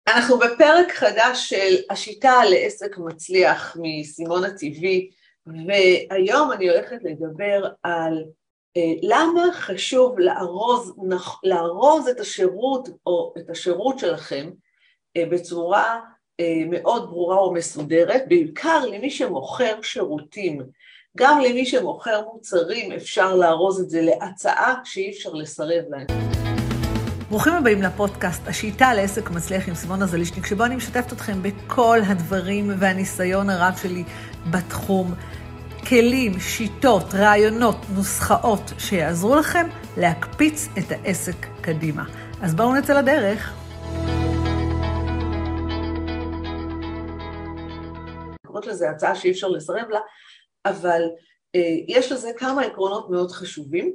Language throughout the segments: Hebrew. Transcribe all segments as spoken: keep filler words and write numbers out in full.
אנחנו בפרק חדש של השיטה לעסק מצליח מסימונה טבעי, והיום אני הולכת לדבר על אה, למה חשוב לארוז, לארוז את השירות או את השירות שלכם אה, בצורה אה, מאוד ברורה ומסודרת, בעיקר למי שמוכר שירותים. גם למי שמוכר מוצרים אפשר לארוז את זה להצעה שאי אפשר לסרב להם. ברוכים הבאים לפודקאסט, השיטה לעסק מצליח עם סימונה זלישניק, שבו אני משתפת אתכם בכל הדברים והניסיון הרב שלי בתחום, כלים, שיטות, רעיונות, נוסחאות שיעזרו לכם להקפיץ את העסק קדימה. אז בואו נצא לדרך. קוראת לזה הצעה שאי אפשר לסרב לה, אבל אה, יש לזה כמה עקרונות מאוד חשובים,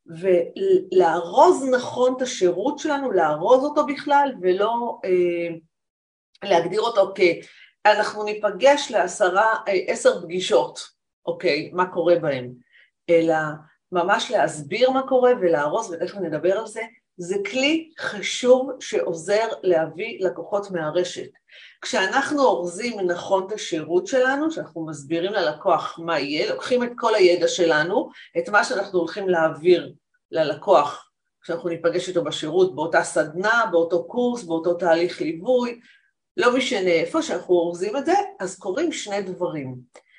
ולארוז נכון את השירות שלנו, לארוז אותו בכלל, ולא אה, להגדיר אותו כאנחנו ניפגש לעשרה, אה, עשר פגישות, אוקיי, מה קורה בהם, אלא ממש להסביר מה קורה ולארוז, ותכף נדבר על זה. זה כלי חשוב שעוזר להביא לקוחות מהרשת. כשאנחנו אורזים נכון את השירות שלנו, שאנחנו מסבירים ללקוח מה יהיה, לוקחים את כל הידע שלנו, את מה שאנחנו הולכים להעביר ללקוח, כשאנחנו ניפגש איתו בשירות, באותה סדנה, באותו קורס, באותו תהליך ליווי, לא משנה איפה שאנחנו אורזים את זה, אז קורים שני דברים.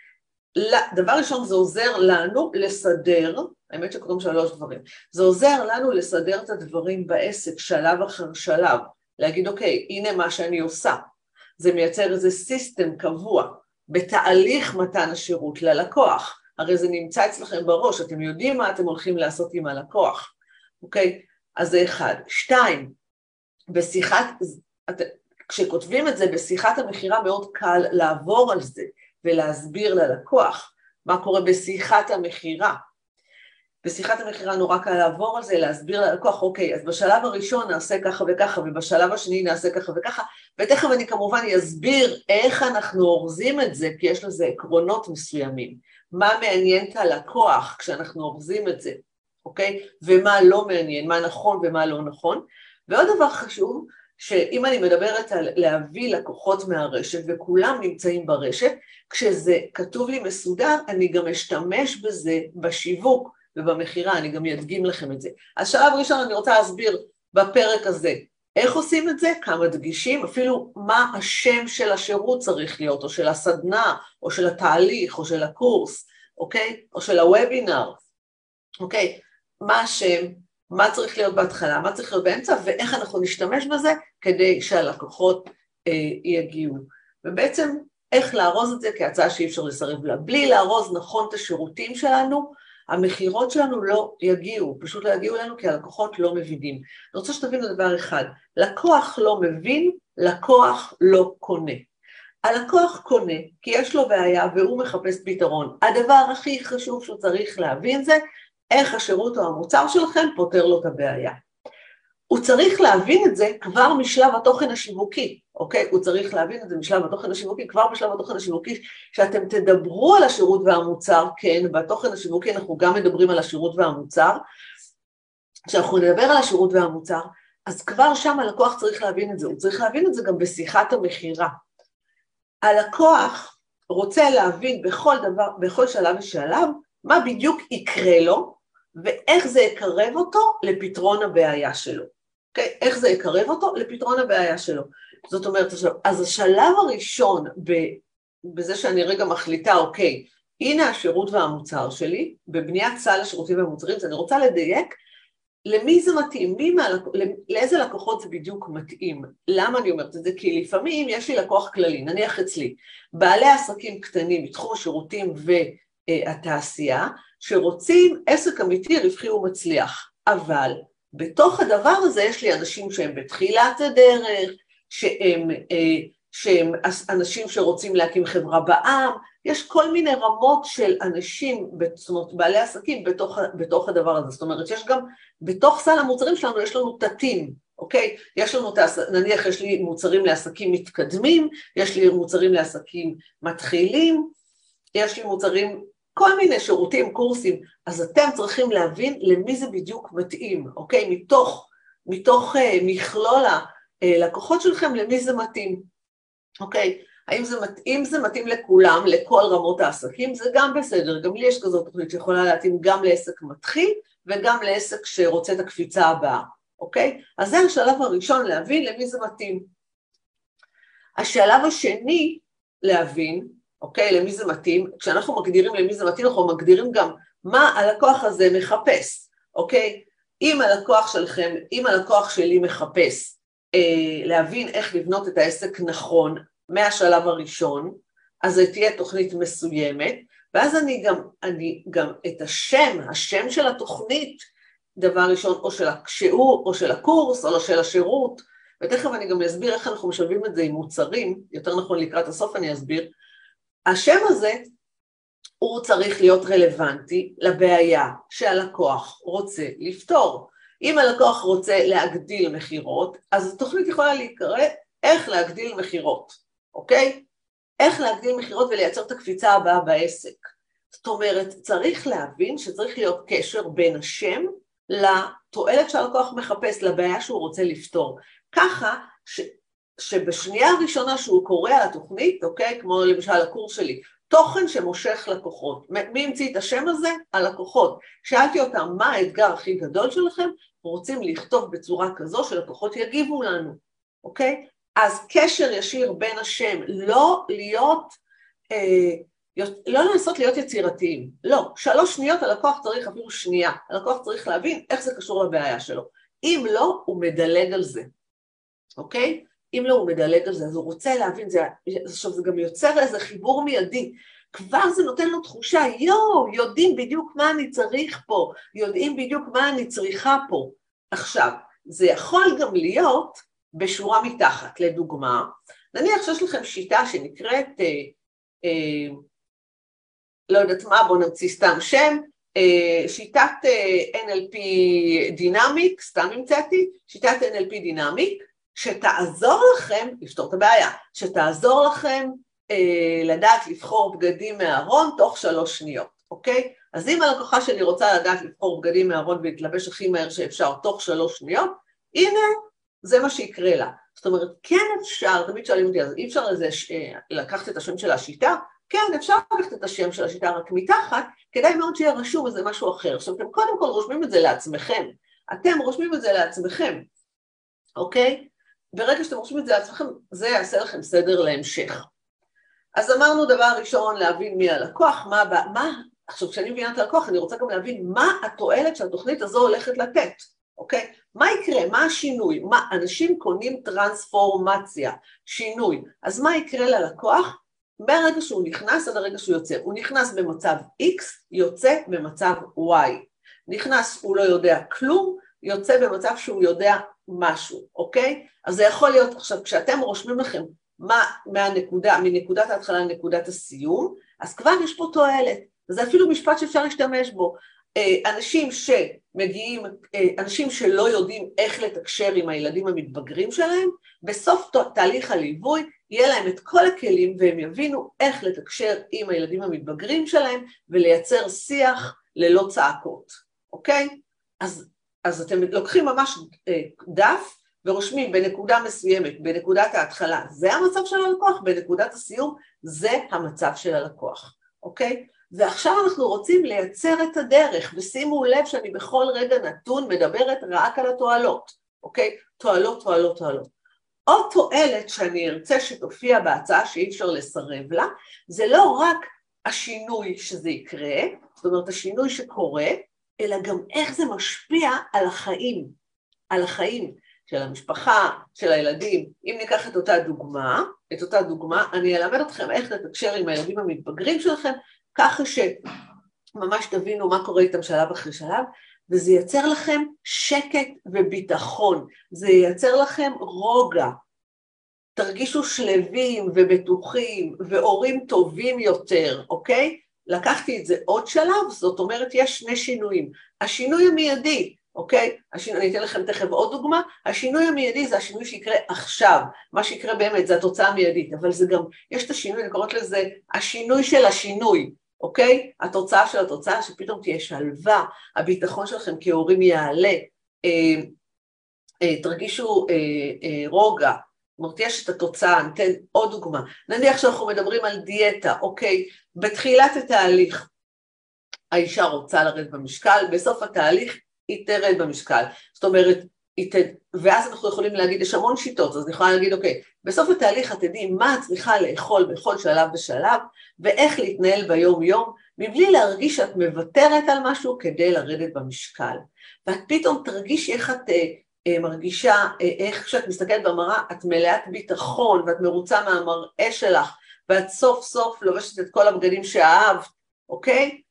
דבר ראשון, זה עוזר לנו לסדר, האמת שקוראים שלוש דברים, זה עוזר לנו לסדר את הדברים בעסק, שלב אחר שלב, להגיד אוקיי, הנה מה שאני עושה, זה מייצר איזה סיסטם קבוע, בתהליך מתן השירות ללקוח, הרי זה נמצא אצלכם בראש, אתם יודעים מה אתם הולכים לעשות עם הלקוח, אוקיי? אז זה אחד. שתיים, בשיחת, כשכותבים את זה בשיחת המחירה מאוד קל לעבור על זה, ולהסביר ללקוח מה קורה בשיחת המחירה. בשיחת המחירה נורא קל לעבור על זה, להסביר ללקוח, אוקיי, אז בשלב הראשון נעשה ככה וככה, ובשלב השני נעשה ככה וככה, ותכף אני כמובן אסביר איך אנחנו אורזים את זה, כי יש לזה עקרונות מסוימים. מה מעניין את הלקוח כשאנחנו אורזים את זה, אוקיי? ומה לא מעניין, מה נכון ומה לא נכון. ועוד דבר חשוב, שאם אני מדברת על להביא לקוחות מהרשת, וכולם נמצאים ברשת, כשזה כתוב לי מסודר, אני גם אשתמש בזה בשיווק ובמחירה, אני גם ידגים לכם את זה. אז שלב ראשון אני רוצה להסביר בפרק הזה, איך עושים את זה, כמה דגישים, אפילו מה השם של השירות צריך להיות, או של הסדנה, או של התהליך, או של הקורס, אוקיי? או של הוובינר, אוקיי? מה השם, מה צריך להיות בהתחלה, מה צריך להיות באמצע, ואיך אנחנו נשתמש בזה כדי שהלקוחות אה, יגיעו. ובעצם איך לארוז את זה כהצעה שאי אפשר לסרב לה. בלי לארוז נכון את השירותים שלנו, המחירות שלנו לא יגיעו, פשוט לא יגיעו לנו כי הלקוחות לא מבינים. אני רוצה שתבינו דבר אחד, לקוח לא מבין, לקוח לא קונה. הלקוח קונה כי יש לו בעיה והוא מחפש פתרון. הדבר הכי חשוב שהוא צריך להבין זה, איך השירות או המוצר שלכם פותר לו את הבעיה. הוא צריך להבין את זה כבר משלב התוכן השיווקי, אוקיי? הוא צריך להבין את זה משלב התוכן השיווקי, כבר בשלב התוכן השיווקי, שאתם תדברו על השירות והמוצר, כן, בתוכן השיווקי אנחנו גם מדברים על השירות והמוצר, כשאנחנו נדבר על השירות והמוצר, אז כבר שם הלקוח צריך להבין את זה, הוא צריך להבין את זה גם בשיחת המחירה. הלקוח רוצה להבין בכל דבר, בכל שלב ושלב, מה בדיוק יקרה לו, ואיך זה יקרב אותו לפתרון הבעיה שלו. Okay? איך זה יקרב אותו לפתרון הבעיה שלו. זאת אומרת, אז השלב הראשון בזה שאני רגע מחליטה, אוקיי, הנה השירות והמוצר שלי, בבניית סל השירותים והמוצרים, אז אני רוצה לדייק, למי זה מתאים, מי מהלק... לאיזה לקוחות זה בדיוק מתאים. למה אני אומרת את זה? כי לפעמים יש לי לקוח כללי, נניח אצלי, בעלי עסקים קטנים בתחום השירותים והתעשייה, שרוצים עסק אמיתי רווחי ומצליח, אבל בתוך הדבר הזה יש לי אנשים שהם בתחילת הדרך, שהם, שהם אנשים שרוצים להקים חברה בעם, יש כל מיני רמות של אנשים, זאת אומרת, בעלי עסקים בתוך, בתוך הדבר הזה, זאת אומרת, יש גם, בתוך סל המוצרים שלנו יש לנו תתים, אוקיי? יש לנו, נניח יש לי מוצרים לעסקים מתקדמים, יש לי מוצרים לעסקים מתחילים, יש לי מוצרים, כל מיני שירותים, קורסים, אז אתם צריכים להבין למי זה בדיוק מתאים, אוקיי? מתוך, מתוך uh, מכלול לקוחות שלכם, למי זה מתאים, אוקיי? האם זה מתאים, זה מתאים לכולם, לכל רמות העסקים, זה גם בסדר, גם לי יש כזאת תוכנית שיכולה להתאים גם לעסק מתחיל, וגם לעסק שרוצה את הקפיצה הבאה, אוקיי? אז זה השלב הראשון, להבין למי זה מתאים. השלב השני, להבין, אוקיי, למי זה מתאים, כשאנחנו מגדירים למי זה מתאים, אנחנו מגדירים גם מה הלקוח הזה מחפש, אוקיי? אם הלקוח שלכם, אם הלקוח שלי מחפש אה, להבין איך לבנות את העסק נכון, מהשלב הראשון, אז זה תהיה תוכנית מסוימת, ואז אני גם, אני גם את השם, השם של התוכנית, דבר ראשון, או של השיעור, או של הקורס, או של השירות, ותכף אני גם אסביר איך אנחנו משלבים את זה עם מוצרים, יותר נכון לקראת הסוף אני אסביר, השם הזה, הוא צריך להיות רלוונטי לבעיה שהלקוח רוצה לפתור. אם הלקוח רוצה להגדיל מחירות, אז התוכנית יכולה להיקרא איך להגדיל מחירות, אוקיי? איך להגדיל מחירות ולייצר את הקפיצה הבאה בעסק. זאת אומרת, צריך להבין שצריך להיות קשר בין השם לתועלת שהלקוח מחפש, לבעיה שהוא רוצה לפתור. ככה ש, שבשנייה הראשונה שהוא קורא על התוכנית, אוקיי? כמו למשל הקורס שלי, תוכן שמושך לקוחות. מי המציא את השם הזה? הלקוחות. שאלתי אותם, מה האתגר הכי גדול שלכם? רוצים לכתוב בצורה כזו שלקוחות יגיבו לנו, אוקיי? אז קשר ישיר בין השם, לא להיות, אה, לא לנסות להיות יצירתיים, לא, שלוש שניות הלקוח צריך אפילו שנייה, הלקוח צריך להבין איך זה קשור לבעיה שלו, אם לא, הוא מדלג על זה, אוקיי? אם לא, הוא מדלג על זה, אז הוא רוצה להבין, זה, עכשיו זה גם יוצר איזה חיבור מיידי, כבר זה נותן לו תחושה, יו, יודעים בדיוק מה אני צריך פה, יודעים בדיוק מה אני צריכה פה. עכשיו, זה יכול גם להיות בשורה מתחת, לדוגמה, נניח שיש לכם שיטה שנקראת, אה, אה, לא יודעת מה, בואו נמציא סתם שם, אה, שיטת אה, אן אל פי דינמיק, סתם המצאתי, שיטת אן אל פי דינמיק, שתעזור לכם לפתור את הבעיה, שתעזור לכם אה, לדעת לבחור בגדים מהארון תוך שלוש שניות, אוקיי? אז אם הלקוחה שלי רוצה לדעת לבחור בגדים מהארון ולהתלבש הכי מהר שאפשר תוך שלוש שניות, הנה, זה מה שיקרה לה. זאת אומרת, כן אפשר, תמיד שואלים אותי, אז אי אפשר לזה, לקחת את השם של השיטה? כן, אפשר לקחת את השם של השיטה רק מתחת, כדאי מאוד שיהיה רשום איזה משהו אחר. עכשיו, אתם קודם כל רושמים את זה לעצמכם. אתם רושמים את זה לעצמכם, אוקיי? ברגע שאתם רושמים את זה לעצמכם, זה יעשה לכם סדר להמשך. אז אמרנו דבר ראשון, להבין מי הלקוח, מה, מה, עכשיו כשאני מבינה את הלקוח, אני רוצה גם להבין מה התועלת שהתוכנית הזו הולכת לתת, אוקיי? מה יקרה? מה השינוי? מה, אנשים קונים טרנספורמציה, שינוי. אז מה יקרה ללקוח? ברגע שהוא נכנס עד הרגע שהוא יוצא. הוא נכנס במצב X, יוצא במצב Y. נכנס, הוא לא יודע כלום, יוצא במצב שהוא יודע משהו, אוקיי? אז זה יכול להיות, עכשיו, כשאתם רושמים לכם מה מהנקודה, מנקודת ההתחלה לנקודת הסיום, אז כבר יש פה תועלת. וזה אפילו משפט שאפשר להשתמש בו. אנשים שמגיעים, אנשים שלא יודעים איך לתקשר עם הילדים המתבגרים שלהם, בסוף תהליך הליווי יהיה להם את כל הכלים והם יבינו איך לתקשר עם הילדים המתבגרים שלהם ולייצר שיח ללא צעקות, אוקיי? אז, אז אתם לוקחים ממש דף ורושמים בנקודה מסוימת, בנקודת ההתחלה, זה המצב של הלקוח, בנקודת הסיום זה המצב של הלקוח, אוקיי? ועכשיו אנחנו רוצים לייצר את הדרך, ושימו לב שאני בכל רגע נתון מדברת רק על התועלות, אוקיי? תועלות, תועלות, תועלות. עוד תועלת שאני ארצה שתופיע בהצעה שאי אפשר לסרב לה, זה לא רק השינוי שזה יקרה, זאת אומרת השינוי שקורה, אלא גם איך זה משפיע על החיים, על החיים של המשפחה, של הילדים. אם ניקח את אותה דוגמה, את אותה דוגמה, אני אלמד אתכם איך לתקשר עם הילדים המתבגרים שלכם, ככה שממש תבינו מה קורה איתם שלב אחרי שלב, וזה ייצר לכם שקט וביטחון, זה ייצר לכם רוגע, תרגישו שלווים ובטוחים ואורים טובים יותר, אוקיי? לקחתי את זה עוד שלב, זאת אומרת יש שני שינויים, השינוי המיידי, אוקיי? השינוי, אני אתן לכם תכף עוד דוגמה, השינוי המיידי זה השינוי שיקרה עכשיו, מה שיקרה באמת זה התוצאה המיידית, אבל זה גם, יש את השינוי, אני קוראת לזה השינוי של השינוי, אוקיי? התוצאה של התוצאה שפתאום תהיה שלווה, הביטחון שלכם כהורים יעלה, תרגישו רוגע, זאת אומרת, יש את התוצאה, ניתן עוד דוגמה, נניח שאנחנו מדברים על דיאטה, אוקיי, בתחילת התהליך, האישה רוצה לרדת במשקל, בסוף התהליך היא תרד במשקל, זאת אומרת, ואז אנחנו יכולים להגיד, יש המון שיטות, אז אני יכולה להגיד, אוקיי, בסוף התהליך את תדעי מה את צריכה לאכול בכל שלב בשלב, ואיך להתנהל ביום יום, מבלי להרגיש שאת מוותרת על משהו כדי לרדת במשקל. ואת פתאום תרגישי איך את אה, מרגישה, אה, איך כשאת מסתכלת במראה, את מלאת ביטחון, ואת מרוצה מהמראה שלך, ואת סוף סוף לובשת את כל הבגדים שאהבת, אוקיי?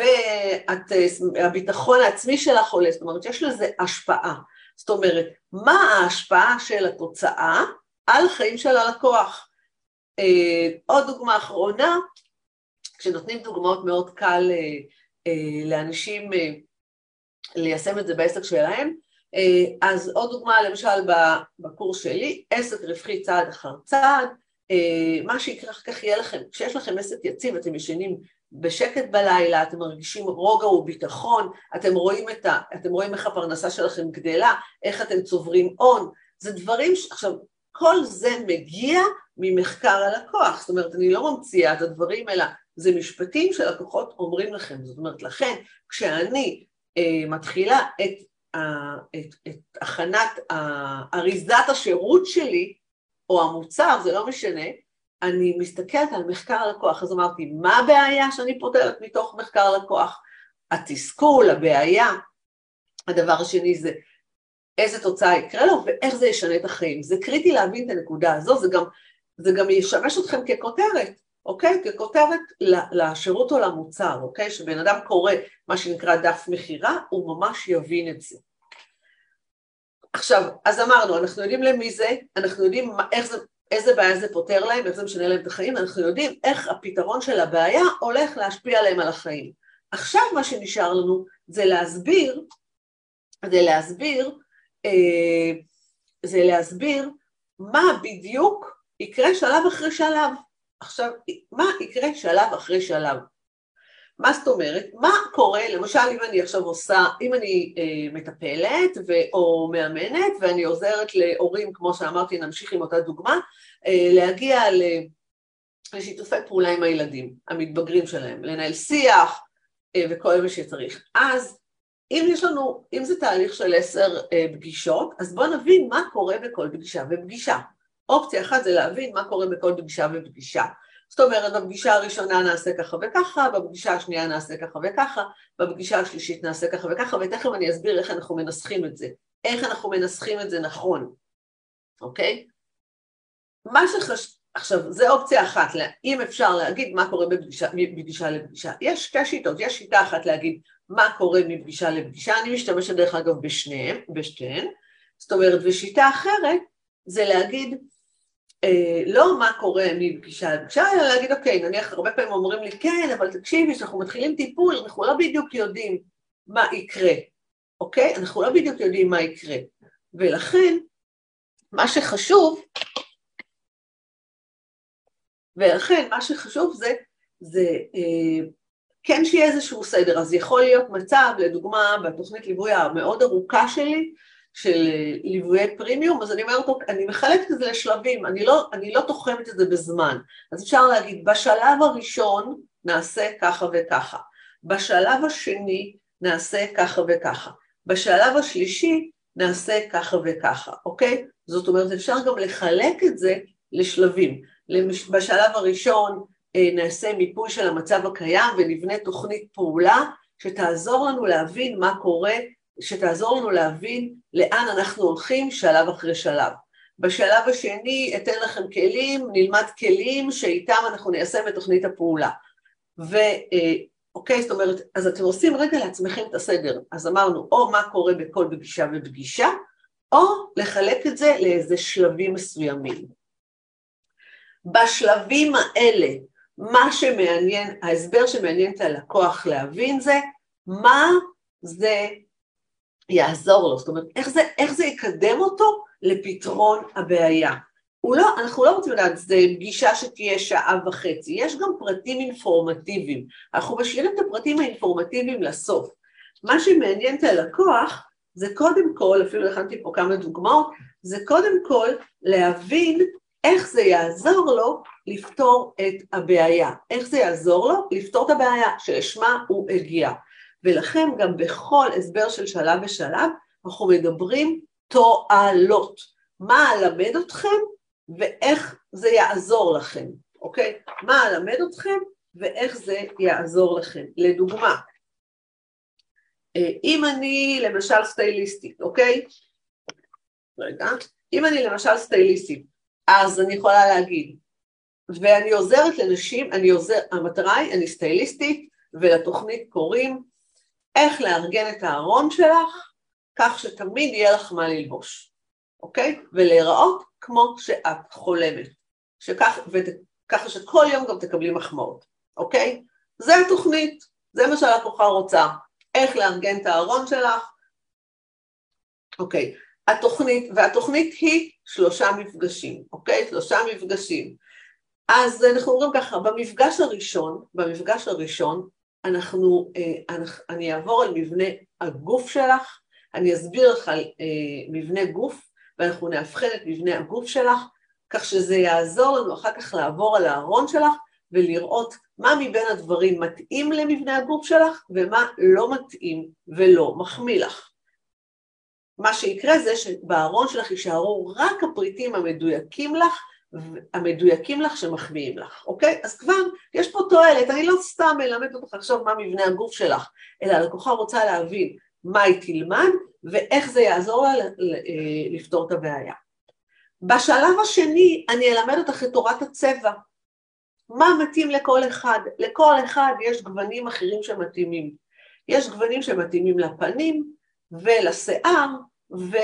והביטחון העצמי שלך עולה, זאת אומרת, יש לזה השפעה. זאת אומרת, מה ההשפעה של התוצאה על חיים של הלקוח? אה, עוד דוגמה אחרונה, כשנותנים דוגמאות מאוד קל אה, אה, לאנשים אה, ליישם את זה בעסק שלהם, אה, אז עוד דוגמה למשל בקורס שלי, עסק רווחי צעד אחר צעד, אה, מה שיקרה אחר כך יהיה לכם, כשיש לכם עסק יציב, אתם ישנים בשקט בלילה, אתם מרגישים רוגע וביטחון, אתם רואים, את ה, אתם רואים איך הפרנסה שלכם גדלה, איך אתם צוברים הון, זה דברים, ש... עכשיו, כל זה מגיע ממחקר הלקוח, זאת אומרת, אני לא ממציאה את הדברים, אלא זה משפטים שלקוחות אומרים לכם, זאת אומרת, לכן, כשאני אה, מתחילה את, אה, את, את הכנת אה, אריזת השירות שלי, או המוצר, זה לא משנה, אני מסתכלת על מחקר הלקוח, אז אמרתי, מה הבעיה שאני פותרת מתוך מחקר הלקוח? התסכול, הבעיה, הדבר השני זה איזה תוצאה יקרה לו, ואיך זה ישנה את החיים. זה קריטי להבין את הנקודה הזו, זה גם, זה גם ישמש אתכם ככותרת, אוקיי? ככותרת לשירות או למוצר, אוקיי? שבן אדם קורא מה שנקרא דף מחירה, הוא ממש יבין את זה. עכשיו, אז אמרנו, אנחנו יודעים למי זה, אנחנו יודעים איך זה, איזה בעיה זה פותר להם, איך זה משנה להם את החיים, אנחנו יודעים איך הפתרון של הבעיה הולך להשפיע עליהם על החיים. עכשיו מה שנשאר לנו זה להסביר, זה להסביר, אה, זה להסביר מה בדיוק יקרה שלב אחרי שלב. עכשיו, מה יקרה שלב אחרי שלב? מה זאת אומרת? מה קורה, למשל אם אני עכשיו עושה, אם אני אה, מטפלת ו, או מאמנת ואני עוזרת להורים, כמו שאמרתי, נמשיך עם אותה דוגמה, אה, להגיע לשיתופי פעולה עם הילדים, המתבגרים שלהם, לנהל שיח אה, וכל מה שצריך. אז אם יש לנו, אם זה תהליך של עשר אה, פגישות, אז בואו נבין מה קורה בכל פגישה ופגישה. אופציה אחת זה להבין מה קורה בכל פגישה ופגישה. זאת אומרת, בפגישה הראשונה נעשה ככה וככה, בפגישה השנייה נעשה ככה וככה, בפגישה השלישית נעשה ככה וככה, ותכף אני אסביר איך אנחנו מנסחים את זה, איך אנחנו מנסחים את זה נכון, אוקיי? מה שחש... עכשיו, זה אופציה אחת, אם אפשר להגיד מה קורה בפגישה, מפגישה לפגישה. יש שתי שיטות, יש שיטה אחת להגיד מה קורה מפגישה לפגישה, אני משתמשת דרך אגב בשניהם, בשתיהן, זאת אומרת, ושיטה אחרת זה להגיד, אה, לא מה קורה מפגישה לפגישה, אלא להגיד, אוקיי, נניח הרבה פעמים אומרים לי, כן, אבל תקשיבי, שאנחנו מתחילים טיפול, אנחנו לא בדיוק יודעים מה יקרה, אוקיי? אנחנו לא בדיוק יודעים מה יקרה, ולכן, מה שחשוב, ולכן מה שחשוב זה, זה אה, כן שיהיה איזשהו סדר, אז יכול להיות מצב, לדוגמה, בתוכנית ליווי המאוד ארוכה שלי, של ליווי פרימיום, אז אני אומרת, אני מחלקת את זה לשלבים, אני לא, אני לא תוחמת את זה בזמן, אז אפשר להגיד, בשלב הראשון נעשה ככה וככה, בשלב השני נעשה ככה וככה, בשלב השלישי נעשה ככה וככה, אוקיי? זאת אומרת, אפשר גם לחלק את זה לשלבים, בשלב הראשון נעשה מיפוי של המצב הקיים ונבנה תוכנית פעולה שתעזור לנו להבין מה קורה, שתעזור לנו להבין לאן אנחנו הולכים שלב אחרי שלב. בשלב השני אתן לכם כלים, נלמד כלים שאיתם אנחנו ניישם את תוכנית הפעולה. ואוקיי, זאת אומרת, אז אתם עושים רגע לעצמכם את הסדר. אז אמרנו, או מה קורה בכל פגישה ופגישה, או לחלק את זה לאיזה שלבים מסוימים. בשלבים האלה, מה שמעניין, ההסבר שמעניין את הלקוח להבין זה, מה זה יעזור לו, זאת אומרת, איך זה, איך זה יקדם אותו לפתרון הבעיה. הוא לא, אנחנו לא רוצים לדעת, זה פגישה שתהיה שעה וחצי, יש גם פרטים אינפורמטיביים, אנחנו משאירים את הפרטים האינפורמטיביים לסוף. מה שמעניין את הלקוח זה קודם כל, אפילו הכנתי פה כמה דוגמאות, זה קודם כל להבין איך זה יעזור לו לפתור את הבעיה, איך זה יעזור לו לפתור את הבעיה שלשמה הוא הגיע. ולכן גם בכל הסבר של שלב ושלב, אנחנו מדברים תועלות. מה אלמד אתכם ואיך זה יעזור לכם, אוקיי? מה אלמד אתכם ואיך זה יעזור לכם. לדוגמה, אם אני למשל סטייליסטית, אוקיי? רגע, אם אני למשל סטייליסטית, אז אני יכולה להגיד, ואני עוזרת לנשים, אני עוזר, המטרה היא, אני סטייליסטית, ולתוכנית קוראים, איך לארגן את הארון שלך, כך שתמיד יהיה לך מה ללבוש, אוקיי? ולהיראות כמו שאת חולמת, שכך, וככה שכל יום גם תקבלי מחמאות, אוקיי? זה התוכנית, זה מה שהלקוחה רוצה, איך לארגן את הארון שלך, אוקיי? התוכנית, והתוכנית היא שלושה מפגשים, אוקיי? שלושה מפגשים. אז אנחנו אומרים ככה, במפגש הראשון, במפגש הראשון, אנחנו, אני אעבור על מבנה הגוף שלך, אני אסביר לך על מבנה גוף, ואנחנו נאבחן את מבנה הגוף שלך, כך שזה יעזור לנו אחר כך לעבור על הארון שלך, ולראות מה מבין הדברים מתאים למבנה הגוף שלך, ומה לא מתאים ולא מחמיא לך. מה שיקרה זה שבארון שלך יישארו רק הפריטים המדויקים לך, המדויקים לך שמחמיאים לך, אוקיי? אז כבר יש פה תועלת, אני לא סתם מלמד אותך עכשיו מה מבנה הגוף שלך, אלא הלקוחה רוצה להבין מה היא תלמד, ואיך זה יעזור לה לפתור את הבעיה. בשלב השני אני אלמד אותך את תורת הצבע, מה מתאים לכל אחד, לכל אחד יש גוונים אחרים שמתאימים, יש גוונים שמתאימים לפנים ולשיער, ו,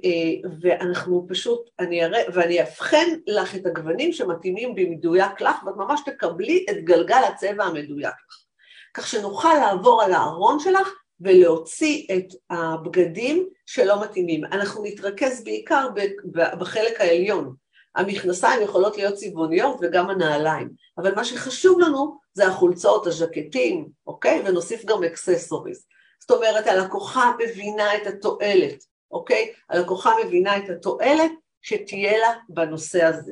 ואנחנו פשוט, אני אראה, ואני אבחן לך את הגוונים שמתאימים במדויק לך, ואת ממש תקבלי את גלגל הצבע המדויק לך. כך שנוכל לעבור על הארון שלך ולהוציא את הבגדים שלא מתאימים. אנחנו נתרכז בעיקר בחלק העליון. המכנסיים יכולות להיות צבעוניות וגם הנעליים, אבל מה שחשוב לנו זה החולצות, הז'קטים, אוקיי? ונוסיף גם אקססוריז. זאת אומרת, הלקוחה מבינה את התועלת, אוקיי? הלקוחה מבינה את התועלת שתהיה לה בנושא הזה,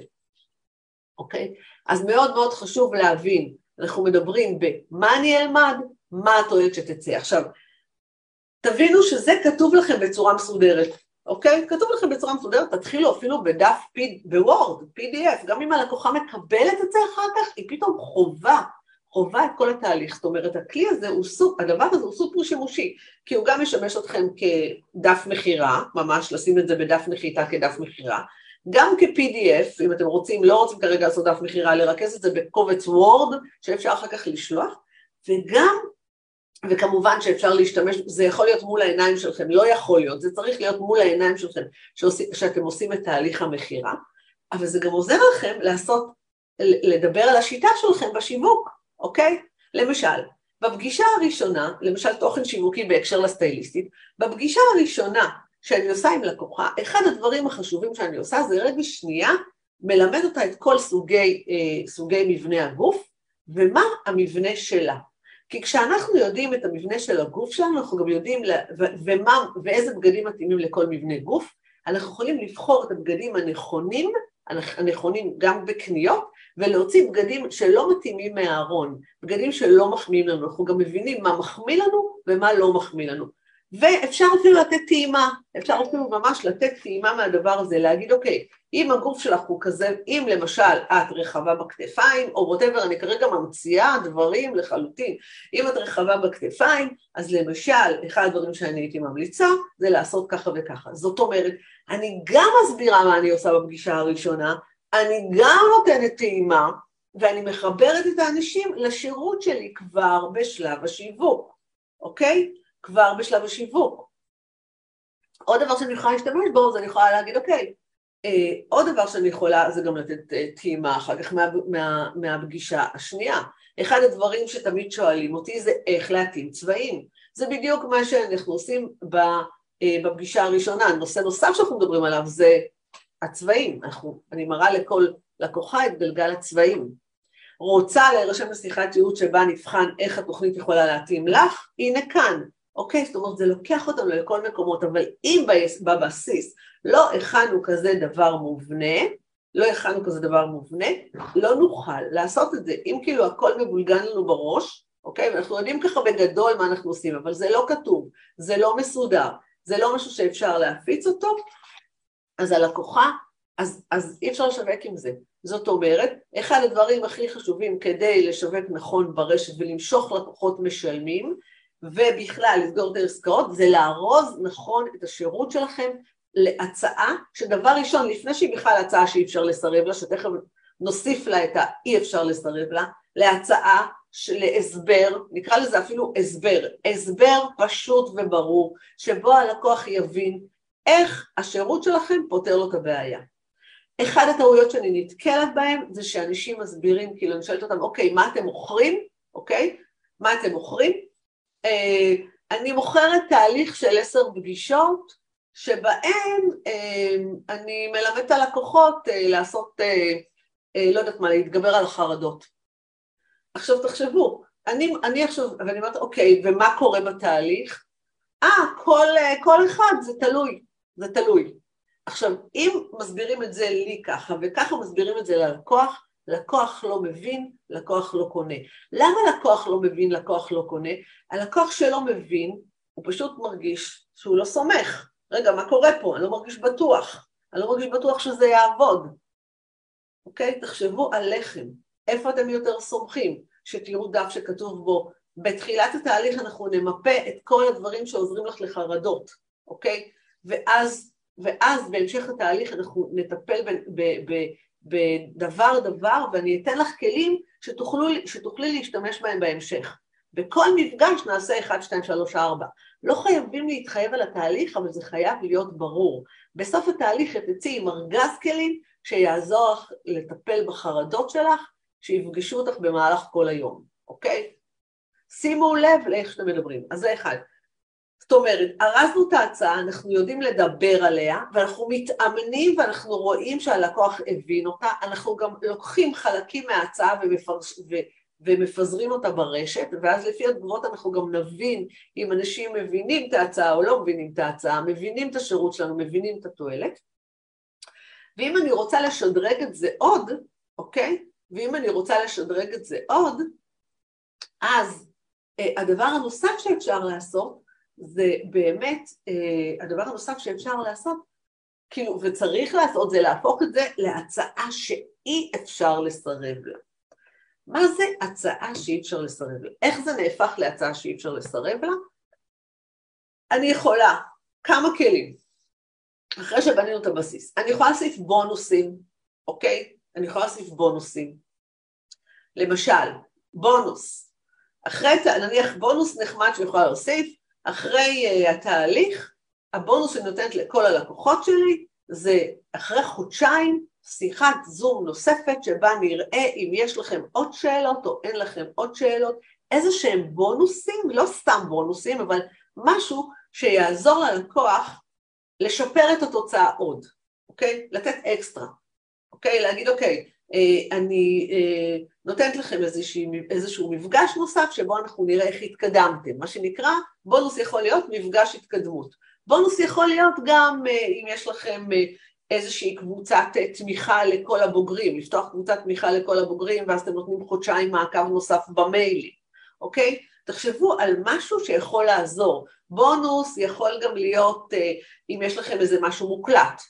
אוקיי? אז מאוד מאוד חשוב להבין, אנחנו מדברים במה אני אלמד, מה התועלת שתצא. עכשיו, תבינו שזה כתוב לכם בצורה מסודרת, אוקיי? כתוב לכם בצורה מסודרת, תתחילו אפילו בדף, בוורד, פי די אף, גם אם הלקוחה מקבלת את זה אחר כך, היא פתאום חובה, חובה את כל התהליך. זאת אומרת, הכלי הזה, הוא סופ, הדבר הזה הוא סופר שימושי, כי הוא גם משמש אתכם כדף מחירה, ממש לשים את זה בדף נחיתה כדף מחירה, גם כ-פי די אף, אם אתם רוצים, לא רוצים כרגע לעשות דף מחירה, לרכז את זה בקובץ וורד, שאפשר אחר כך לשלוח, וגם, וכמובן שאפשר להשתמש, זה יכול להיות מול העיניים שלכם, לא יכול להיות, זה צריך להיות מול העיניים שלכם, שאתם עושים את תהליך המחירה, אבל זה גם עוזר לכם לעשות, לדבר על השיטה שלכם בשיווק, אוקיי? למשל, בפגישה הראשונה, למשל תוכן שיווקי בהקשר לסטייליסטית, בפגישה הראשונה שאני עושה עם לקוחה, אחד הדברים החשובים שאני עושה זה רגע שנייה, מלמד אותה את כל סוגי, אה, סוגי מבנה הגוף, ומה המבנה שלה. כי כשאנחנו יודעים את המבנה של הגוף שלנו, אנחנו גם יודעים ומה, ואיזה בגדים מתאימים לכל מבנה גוף, אנחנו יכולים לבחור את הבגדים הנכונים, הנכונים גם בקניות, ולהוציא בגדים שלא מתאימים מהארון, בגדים שלא מחמיאים לנו, אנחנו גם מבינים מה מחמיא לנו ומה לא מחמיא לנו. ואפשר אפילו לתת טעימה, אפשר אפילו ממש לתת טעימה מהדבר הזה, להגיד אוקיי, אם הגוף שלך הוא כזה, אם למשל את רחבה בכתפיים, או ווטאבר, אני כרגע ממציאה דברים לחלוטין, אם את רחבה בכתפיים, אז למשל, אחד הדברים שאני הייתי ממליצה, זה לעשות ככה וככה. זאת אומרת, אני גם מסבירה מה אני עושה בפגישה הראשונה, אני גם נותנת טעימה, ואני מחברת את האנשים לשירות שלי כבר בשלב השיווק, אוקיי? כבר בשלב השיווק. עוד דבר שאני יכולה להשתמש בו, זה אני יכולה להגיד, אוקיי, אה, עוד דבר שאני יכולה, זה גם לתת אה, טעימה אחר כך מה, מה, מהפגישה השנייה. אחד הדברים שתמיד שואלים אותי זה איך להתאים צבעים. זה בדיוק מה שאנחנו עושים ב, אה, בפגישה הראשונה. נושא נוסף שאנחנו מדברים עליו זה הצבעים. אנחנו, אני מראה לכל לקוחה את גלגל הצבעים. רוצה להירשם לשיחת ייעוץ שבה נבחן איך התוכנית יכולה להתאים לך, הנה כאן. אוקיי? זאת אומרת, זה לוקח אותנו לכל מקומות, אבל אם בבסיס לא הכנו כזה דבר מובנה, לא הכנו כזה דבר מובנה, לא נוכל לעשות את זה. אם כאילו הכל מבולגן לנו בראש, אוקיי? ואנחנו יודעים ככה בגדול מה אנחנו עושים, אבל זה לא כתוב, זה לא מסודר, זה לא משהו שאפשר להפיץ אותו, אז הלקוחה, אז, אז אי אפשר לשווק עם זה. זאת אומרת, אחד הדברים הכי חשובים כדי לשווק נכון ברשת ולמשוך לקוחות משלמים, ובכלל לסגור את העסקאות, זה לארוז נכון את השירות שלכם להצעה, שדבר ראשון, לפני שהיא בכלל הצעה שאי אפשר לסרב לה, שתכף נוסיף לה את האי אפשר לסרב לה, להצעה להסבר, נקרא לזה אפילו הסבר, הסבר פשוט וברור, שבו הלקוח יבין איך השירות שלכם פותר לו את הבעיה. אחד הטעויות שאני נתקלת בהן, זה שאנשים מסבירים, כאילו אני שואלת אותם, אוקיי, מה אתם מוכרים? אוקיי, מה אתם מוכרים? אה, אני מוכרת תהליך של עשר פגישות, שבהן אה, אני מלמדת את הלקוחות אה, לעשות, אה, אה, לא יודעת מה, להתגבר על החרדות. עכשיו תחשבו, אני, אני עכשיו, ואני אומרת, אוקיי, ומה קורה בתהליך? אה, כל, כל אחד זה תלוי, זה תלוי. עכשיו, אם מסבירים את זה לי ככה, וככה מסבירים את זה ללקוח, לקוח לא מבין, לקוח לא קונה. למה לקוח לא מבין, לקוח לא קונה? הלקוח שלא מבין, הוא פשוט מרגיש שהוא לא סומך. רגע, מה קורה פה? אני לא מרגיש בטוח. אני לא מרגיש בטוח שזה יעבוד. אוקיי? תחשבו עליכם. איפה אתם יותר סומכים? שתראו דף שכתוב בו, בתחילת התהליך אנחנו נמפה את כל הדברים שעוזרים לך לחרדות, אוקיי? ואז, ואז בהמשך התהליך אנחנו נטפל ב, ב, ב, בדבר דבר, ואני אתן לך כלים שתוכלו, שתוכלי להשתמש בהם בהמשך. בכל מפגש נעשה אחת, שתיים, שלוש, ארבע. לא חייבים להתחייב על התהליך, אבל זה חייב להיות ברור. בסוף התהליך תצאי עם ארגז כלים שיעזור לך לטפל בחרדות שלך, שיפגשו אותך במהלך כל היום, אוקיי? שימו לב לאיך שאתם מדברים. אז זה אחד. זאת אומרת, ארזנו את ההצעה, אנחנו יודעים לדבר עליה, ואנחנו מתאמנים ואנחנו רואים שהלקוח הבין אותה, אנחנו גם לוקחים חלקים מההצעה ומפרש... ו... ומפזרים אותה ברשת, ואז לפי התגובות אנחנו גם נבין אם אנשים מבינים את ההצעה או לא מבינים את ההצעה, מבינים את השירות שלנו, מבינים את התועלת. ואם אני רוצה לשדרג את זה עוד, אוקיי? ואם אני רוצה לשדרג את זה עוד, אז הדבר הנוסף שאפשר לעשות, זה באמת, הדבר הנוסף שאפשר לעשות, כאילו, וצריך לעשות, זה להפוך את זה להצעה שאי אפשר לסרב לה. מה זה הצעה שאי אפשר לסרב לה? איך זה נהפך להצעה שאי אפשר לסרב לה? אני יכולה, כמה כלים, אחרי שבנינו את הבסיס, אני יכולה להוסיף בונוסים, אוקיי? אני יכולה להוסיף בונוסים. למשל, בונוס, אחרי, נניח בונוס נחמד שיכולה להוסיף, אחרי uh, התהליך, הבונוס שאני נותנת לכל הלקוחות שלי, זה אחרי חודשיים, שיחת זום נוספת שבה נראה אם יש לכם עוד שאלות או אין לכם עוד שאלות, איזה שהם בונוסים, לא סתם בונוסים, אבל משהו שיעזור ללקוח לשפר את התוצאה עוד, אוקיי? לתת אקסטרה, אוקיי? להגיד, אוקיי, אני נותנת לכם איזושהי, איזשהו מפגש נוסף שבו אנחנו נראה איך התקדמתם, מה שנקרא, בונוס יכול להיות מפגש התקדמות. בונוס יכול להיות גם אם יש לכם איזושהי קבוצת תמיכה לכל הבוגרים, לפתוח קבוצת תמיכה לכל הבוגרים, ואז אתם נותנים חודשיים מעקב נוסף במיילים, אוקיי? תחשבו על משהו שיכול לעזור. בונוס יכול גם להיות, אם יש לכם איזה משהו מוקלט,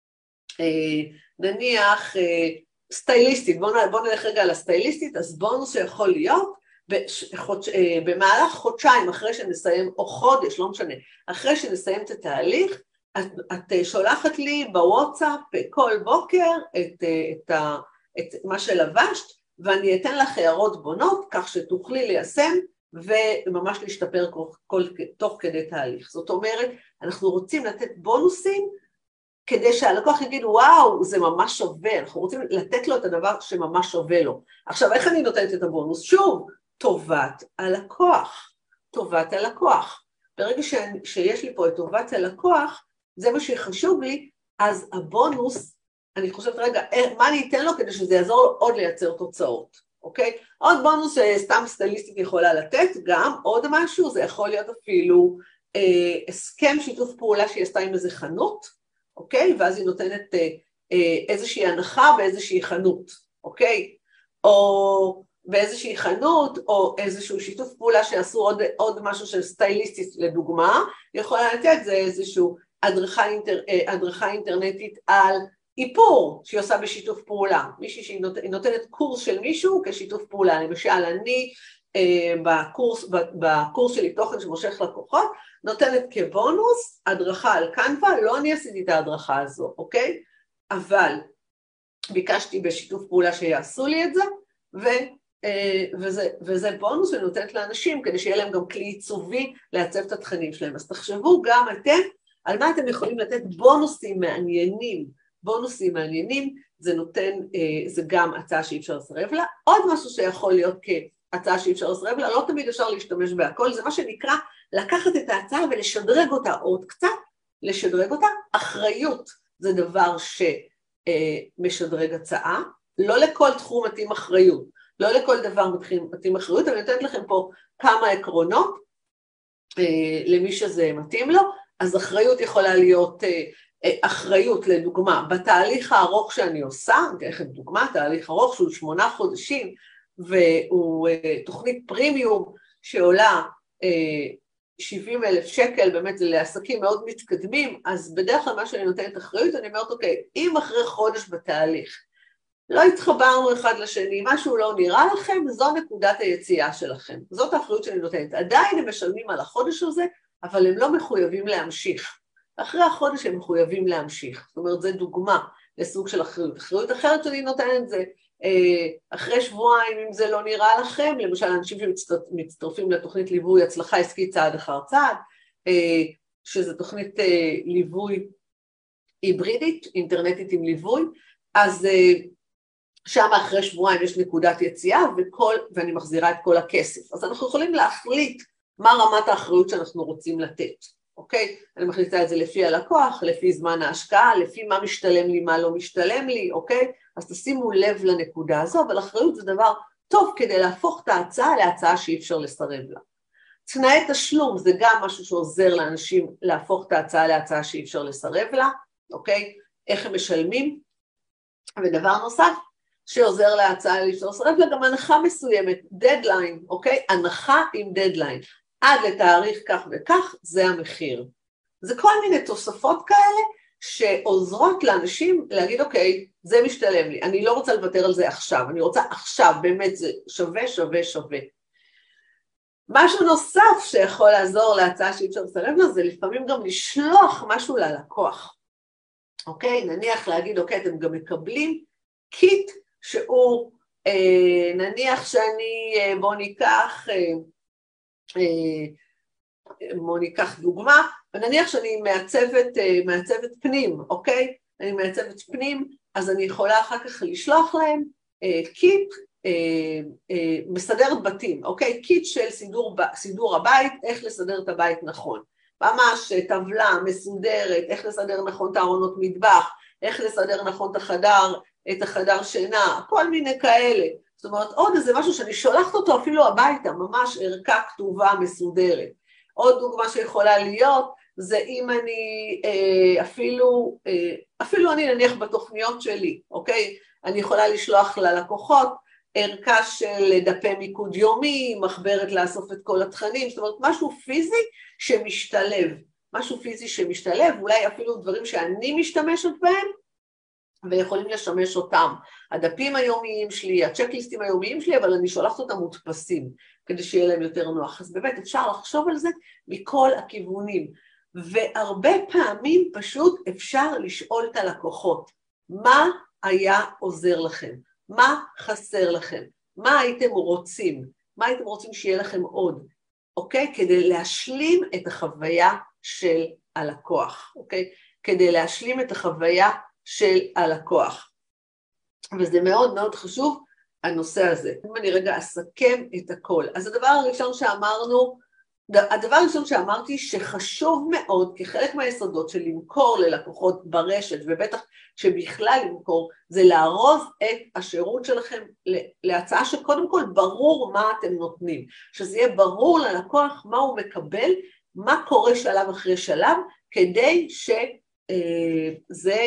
נניח סטייליסטית, בואו נלך רגע על הסטייליסטית, אז בונוס שיכול להיות, במהלך חודשיים אחרי שנסיים, או חודש, לא משנה, אחרי שנסיים את התהליך, את, את שולחת לי בוואטסאפ כל בוקר את, את, את מה שלבשת, ואני אתן לך הערות בונות, כך שתוכלי ליישם, וממש להשתפר כל, כל, תוך כדי תהליך. זאת אומרת, אנחנו רוצים לתת בונוסים, כדי שהלקוח יגיד, וואו, זה ממש שווה, אנחנו רוצים לתת לו את הדבר שממש שווה לו. עכשיו, איך אני נותנת את הבונוס? שוב, טובת הלקוח, טובת הלקוח. ברגע ש... שיש לי פה את טובת הלקוח, זה מה שחשוב לי, אז הבונוס, אני חושבת, רגע, מה אני אתן לו כדי שזה יעזור לו עוד לייצר תוצאות, אוקיי? עוד בונוס שסתם סטייליסטית יכולה לתת, גם עוד משהו, זה יכול להיות אפילו אה, הסכם שיתוף פעולה שהיא עשתה עם איזה חנות, אוקיי? ואז היא נותנת אה, אה, איזושהי הנחה באיזושהי חנות, אוקיי? או באיזושהי חנות, או איזשהו שיתוף פעולה שעשו עוד, עוד משהו של סטייליסטית לדוגמה, יכולה לתת זה איזשהו הדרכה, אינטר, הדרכה אינטרנטית על איפור שהיא עושה בשיתוף פעולה, מישהי שהיא נות, נותנת קורס של מישהו כשיתוף פעולה, למשל אני אה, בקורס, בקורס שלי תוכן שמושך לקוחות, נותנת כבונוס הדרכה על קנווה, לא אני עשיתי את ההדרכה הזו, אוקיי? אבל ביקשתי בשיתוף פעולה שיעשו לי את זה, ו... וזה, וזה בונוס ונותנת לאנשים כדי שיהיה להם גם כלי עיצובי לעצב את התכנים שלהם. אז תחשבו גם אתם על מה אתם יכולים לתת בונוסים מעניינים. בונוסים מעניינים זה נותן, זה גם הצעה שאי אפשר לסרב לה. עוד משהו שיכול להיות כהצעה שאי אפשר לסרב לה, לא תמיד אפשר להשתמש בהכל, זה מה שנקרא לקחת את ההצעה ולשדרג אותה עוד קצת, לשדרג אותה. אחריות זה דבר שמשדרג הצעה, לא לכל תחום מתאים אחריות. לא לכל דבר מתאים אחריות, אני נותנת לכם פה כמה עקרונות אה, למי שזה מתאים לו, אז אחריות יכולה להיות אה, אחריות לדוגמה, בתהליך הארוך שאני עושה, אני אתן לכם דוגמה, תהליך ארוך שהוא שמונה חודשים, והוא אה, תוכנית פרימיום שעולה אה, שבעים אלף שקל, באמת זה לעסקים מאוד מתקדמים, אז בדרך כלל מה שאני נותנת אחריות, אני אומרת, אוקיי, אם אחרי חודש בתהליך, לא התחברנו אחד לשני, משהו לא נראה לכם, זו נקודת היציאה שלכם. זאת האחריות שאני נותנת. עדיין הם משלמים על החודש הזה, אבל הם לא מחויבים להמשיך. אחרי החודש הם מחויבים להמשיך. זאת אומרת, זו דוגמה לסוג של אחריות. אחריות אחרת שאני נותנת זה, אחרי שבועיים, אם זה לא נראה לכם, למשל, אנשים שמצטרפים לתוכנית ליווי הצלחה עסקית צעד אחר צעד, שזו תוכנית ליווי היברידית, אינטרנטית עם ליווי, אז שם אחרי שבועיים יש נקודת יציאה, וכל, ואני מחזירה את כל הכסף. אז אנחנו יכולים להחליט מה רמת האחריות שאנחנו רוצים לתת, אוקיי? אני מחליטה את זה לפי הלקוח, לפי זמן ההשקעה, לפי מה משתלם לי, מה לא משתלם לי, אוקיי? אז תשימו לב לנקודה הזו, אבל אחריות זה דבר טוב כדי להפוך את ההצעה להצעה שאי אפשר לסרב לה. תנאי תשלום זה גם משהו שעוזר לאנשים להפוך את ההצעה להצעה שאי אפשר לסרב לה, אוקיי? איך הם משלמים? ודבר נוסף, שעוזר להצעה לסרב לה גם הנחה מסוימת, דדליין, אוקיי? הנחה עם דדליין. עד לתאריך כך וכך, זה המחיר. זה כל מיני תוספות כאלה שעוזרות לאנשים להגיד, אוקיי, זה משתלם לי, אני לא רוצה לוותר על זה עכשיו, אני רוצה עכשיו, באמת זה שווה, שווה, שווה. משהו נוסף שיכול לעזור להצעה שאי אפשר לסרב לה, זה לפעמים גם לשלוח משהו ללקוח. אוקיי? נניח להגיד, אוקיי, אתם גם מקבלים קיט, שהוא, אה, נניח שאני, אה, בוא ניקח, אה, אה, בוא ניקח דוגמה, ונניח שאני מעצבת, אה, מעצבת פנים, אוקיי? אני מעצבת פנים, אז אני יכולה אחר כך לשלוח להם אה, קיט, אה, אה, מסדרת בתים, אוקיי? קיט של סידור, סידור הבית, איך לסדר את הבית נכון. ממש טבלה מסודרת, איך לסדר נכון את הארונות מטבח, איך לסדר נכון את החדר, את החדר שינה, כל מיני כאלה. זאת אומרת, עוד איזה משהו שאני שולחת אותו אפילו הביתה, ממש ערכה כתובה מסודרת. עוד דוגמה שיכולה להיות, זה אם אני אפילו, אפילו אני נניח בתוכניות שלי, אוקיי? אני יכולה לשלוח ללקוחות ערכה של דפי מיקוד יומי, מחברת לאסוף את כל התכנים, זאת אומרת, משהו פיזי שמשתלב, משהו פיזי שמשתלב, אולי אפילו דברים שאני משתמשת בהם, ויכולים לשמש אותם. הדפים היומיים שלי, הצ'קליסטים היומיים שלי, אבל אני שולחת אותם מודפסים, כדי שיהיה להם יותר נוח. אז באמת אפשר לחשוב על זה מכל הכיוונים. והרבה פעמים פשוט אפשר לשאול את הלקוחות, מה היה עוזר לכם? מה חסר לכם? מה הייתם רוצים? מה הייתם רוצים שיהיה לכם עוד? אוקיי? כדי להשלים את החוויה של הלקוח, אוקיי? כדי להשלים את החוויה של הלקוח. וזה מאוד מאוד חשוב, הנושא הזה. אם אני רגע אסכם את הכל. אז הדבר הראשון שאמרנו, הדבר הראשון שאמרתי שחשוב מאוד כחלק מהיסודות של למכור ללקוחות ברשת, ובטח שבכלל למכור, זה לארוז את השירות שלכם להצעה שקודם כל ברור מה אתם נותנים, שזה יהיה ברור ללקוח מה הוא מקבל, מה קורה שלב אחרי שלב, כדי שזה,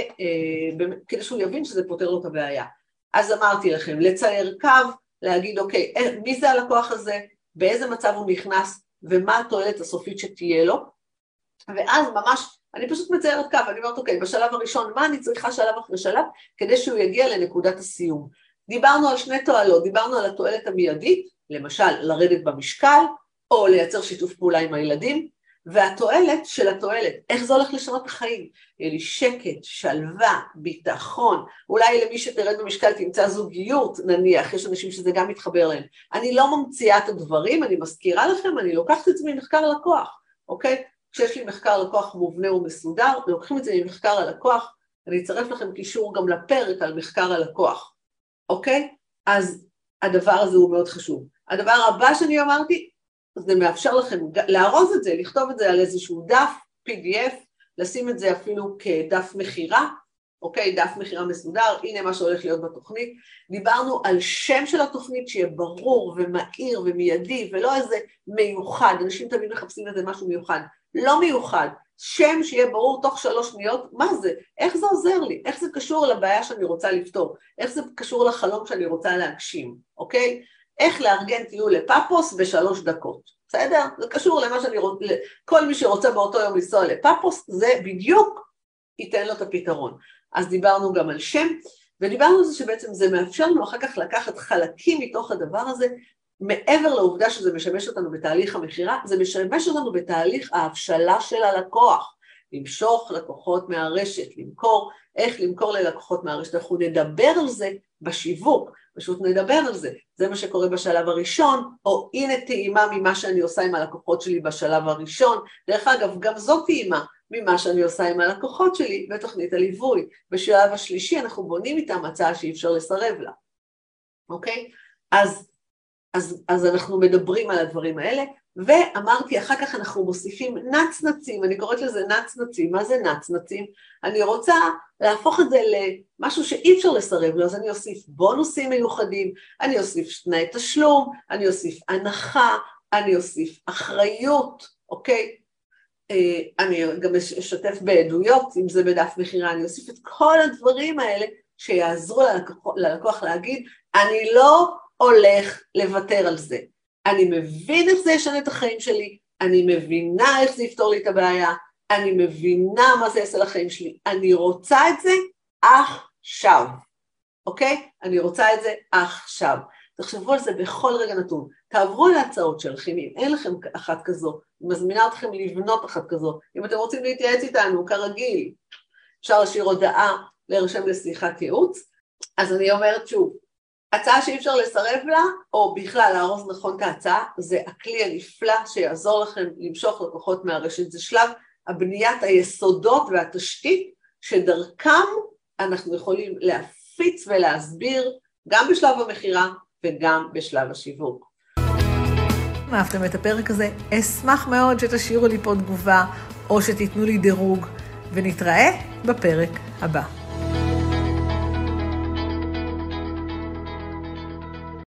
כדי שהוא יבין שזה פותר לו את הבעיה. אז אמרתי לכם, לצייר קו, להגיד אוקיי, מי זה הלקוח הזה, באיזה מצב הוא נכנס, ומה התועלת הסופית שתהיה לו, ואז ממש, אני פשוט מציירת קו, אני אומרת, אוקיי, בשלב הראשון, מה אני צריכה שלב אחרי שלב, כדי שהוא יגיע לנקודת הסיום. דיברנו על שני תועלות, דיברנו על התועלת המיידית, למשל, לרדת במשקל, או לייצר שיתוף פעולה עם הילדים, והתועלת של התועלת, איך זה הולך לשנות את החיים? יהיה לי שקט, שלווה, ביטחון, אולי למי שתרד במשקל תמצא זוגיות, נניח, יש אנשים שזה גם מתחבר להם. אני לא ממציאה את הדברים, אני מזכירה לכם, אני לוקחת את זה ממחקר לקוח, אוקיי? כשיש לי מחקר לקוח מובנה ומסודר, לוקחים את זה ממחקר הלקוח, אני אצרף לכם קישור גם לפרק על מחקר הלקוח, אוקיי? אז הדבר הזה הוא מאוד חשוב. הדבר הבא שאני אמרתי, זה מאפשר לכם לארוז את זה, לכתוב את זה על איזשהו דף, פי די אף, לשים את זה אפילו כדף מחירה, אוקיי, דף מחירה מסודר, הנה מה שהולך להיות בתוכנית. דיברנו על שם של התוכנית שיהיה ברור ומהיר ומיידי, ולא איזה מיוחד, אנשים תמיד מחפשים את זה משהו מיוחד, לא מיוחד, שם שיהיה ברור תוך שלוש שניות, מה זה, איך זה עוזר לי, איך זה קשור לבעיה שאני רוצה לפתור, איך זה קשור לחלום שאני רוצה להגשים, אוקיי? איך לארגן טיול לפאפוס בשלוש דקות, בסדר? זה קשור למה שאני רוצה, כל מי שרוצה באותו יום לנסוע לפאפוס, זה בדיוק ייתן לו את הפתרון. אז דיברנו גם על שם, ודיברנו על זה שבעצם זה מאפשר לנו אחר כך לקחת חלקים מתוך הדבר הזה, מעבר לעובדה שזה משמש אותנו בתהליך המחירה, זה משמש אותנו בתהליך ההבשלה של הלקוח, למשוך לקוחות מהרשת, למכור, איך למכור ללקוחות מהרשת, אנחנו נדבר על זה בשיווק, פשוט נדבר על זה, זה מה שקורה בשלב הראשון, או הנה טעימה ממה שאני עושה עם הלקוחות שלי בשלב הראשון, דרך אגב, גם זאת טעימה ממה שאני עושה עם הלקוחות שלי בתוכנית הליווי, בשלב השלישי אנחנו בונים איתם הצעה שאי אפשר לסרב לה, אוקיי? אז, אז, אז אנחנו מדברים על הדברים האלה, ואמרתי, אחר כך אנחנו מוסיפים נצנצים, אני קוראת לזה נצנצים, מה זה נצנצים? אני רוצה להפוך את זה למשהו שאי אפשר לסרב לו, אז אני אוסיף בונוסים מיוחדים, אני אוסיף תנאי תשלום, אני אוסיף הנחה, אני אוסיף אחריות, אוקיי? אני גם אשתף בעדויות, אם זה בדף מחירה, אני אוסיף את כל הדברים האלה שיעזרו ללקוח, ללקוח להגיד, אני לא הולך לוותר על זה. אני מבין איך זה ישנה את החיים שלי, אני מבינה איך זה יפתור לי את הבעיה, אני מבינה מה זה יעשה לחיים שלי, אני רוצה את זה עכשיו, אוקיי? אני רוצה את זה עכשיו. תחשבו על זה בכל רגע נתון, תעברו על ההצעות שלכם, אם אין לכם אחת כזו, אני מזמינה אתכם לבנות אחת כזו, אם אתם רוצים להתייעץ איתנו, כרגיל, אפשר לשאיר הודעה, להירשם לשיחת ייעוץ, אז אני אומרת שוב, הצעה שאי אפשר לסרב לה, או בכלל לארוז נכון את ההצעה, זה הכלי הנפלא שיעזור לכם למשוך לקוחות מהרשת. זה שלב הבניית היסודות והתשתית, שדרכם אנחנו יכולים להפיץ ולהסביר, גם בשלב המחירה וגם בשלב השיווק. אם אהבתם את הפרק הזה, אשמח מאוד שתשאירו לי פה תגובה, או שתיתנו לי דירוג, ונתראה בפרק הבא.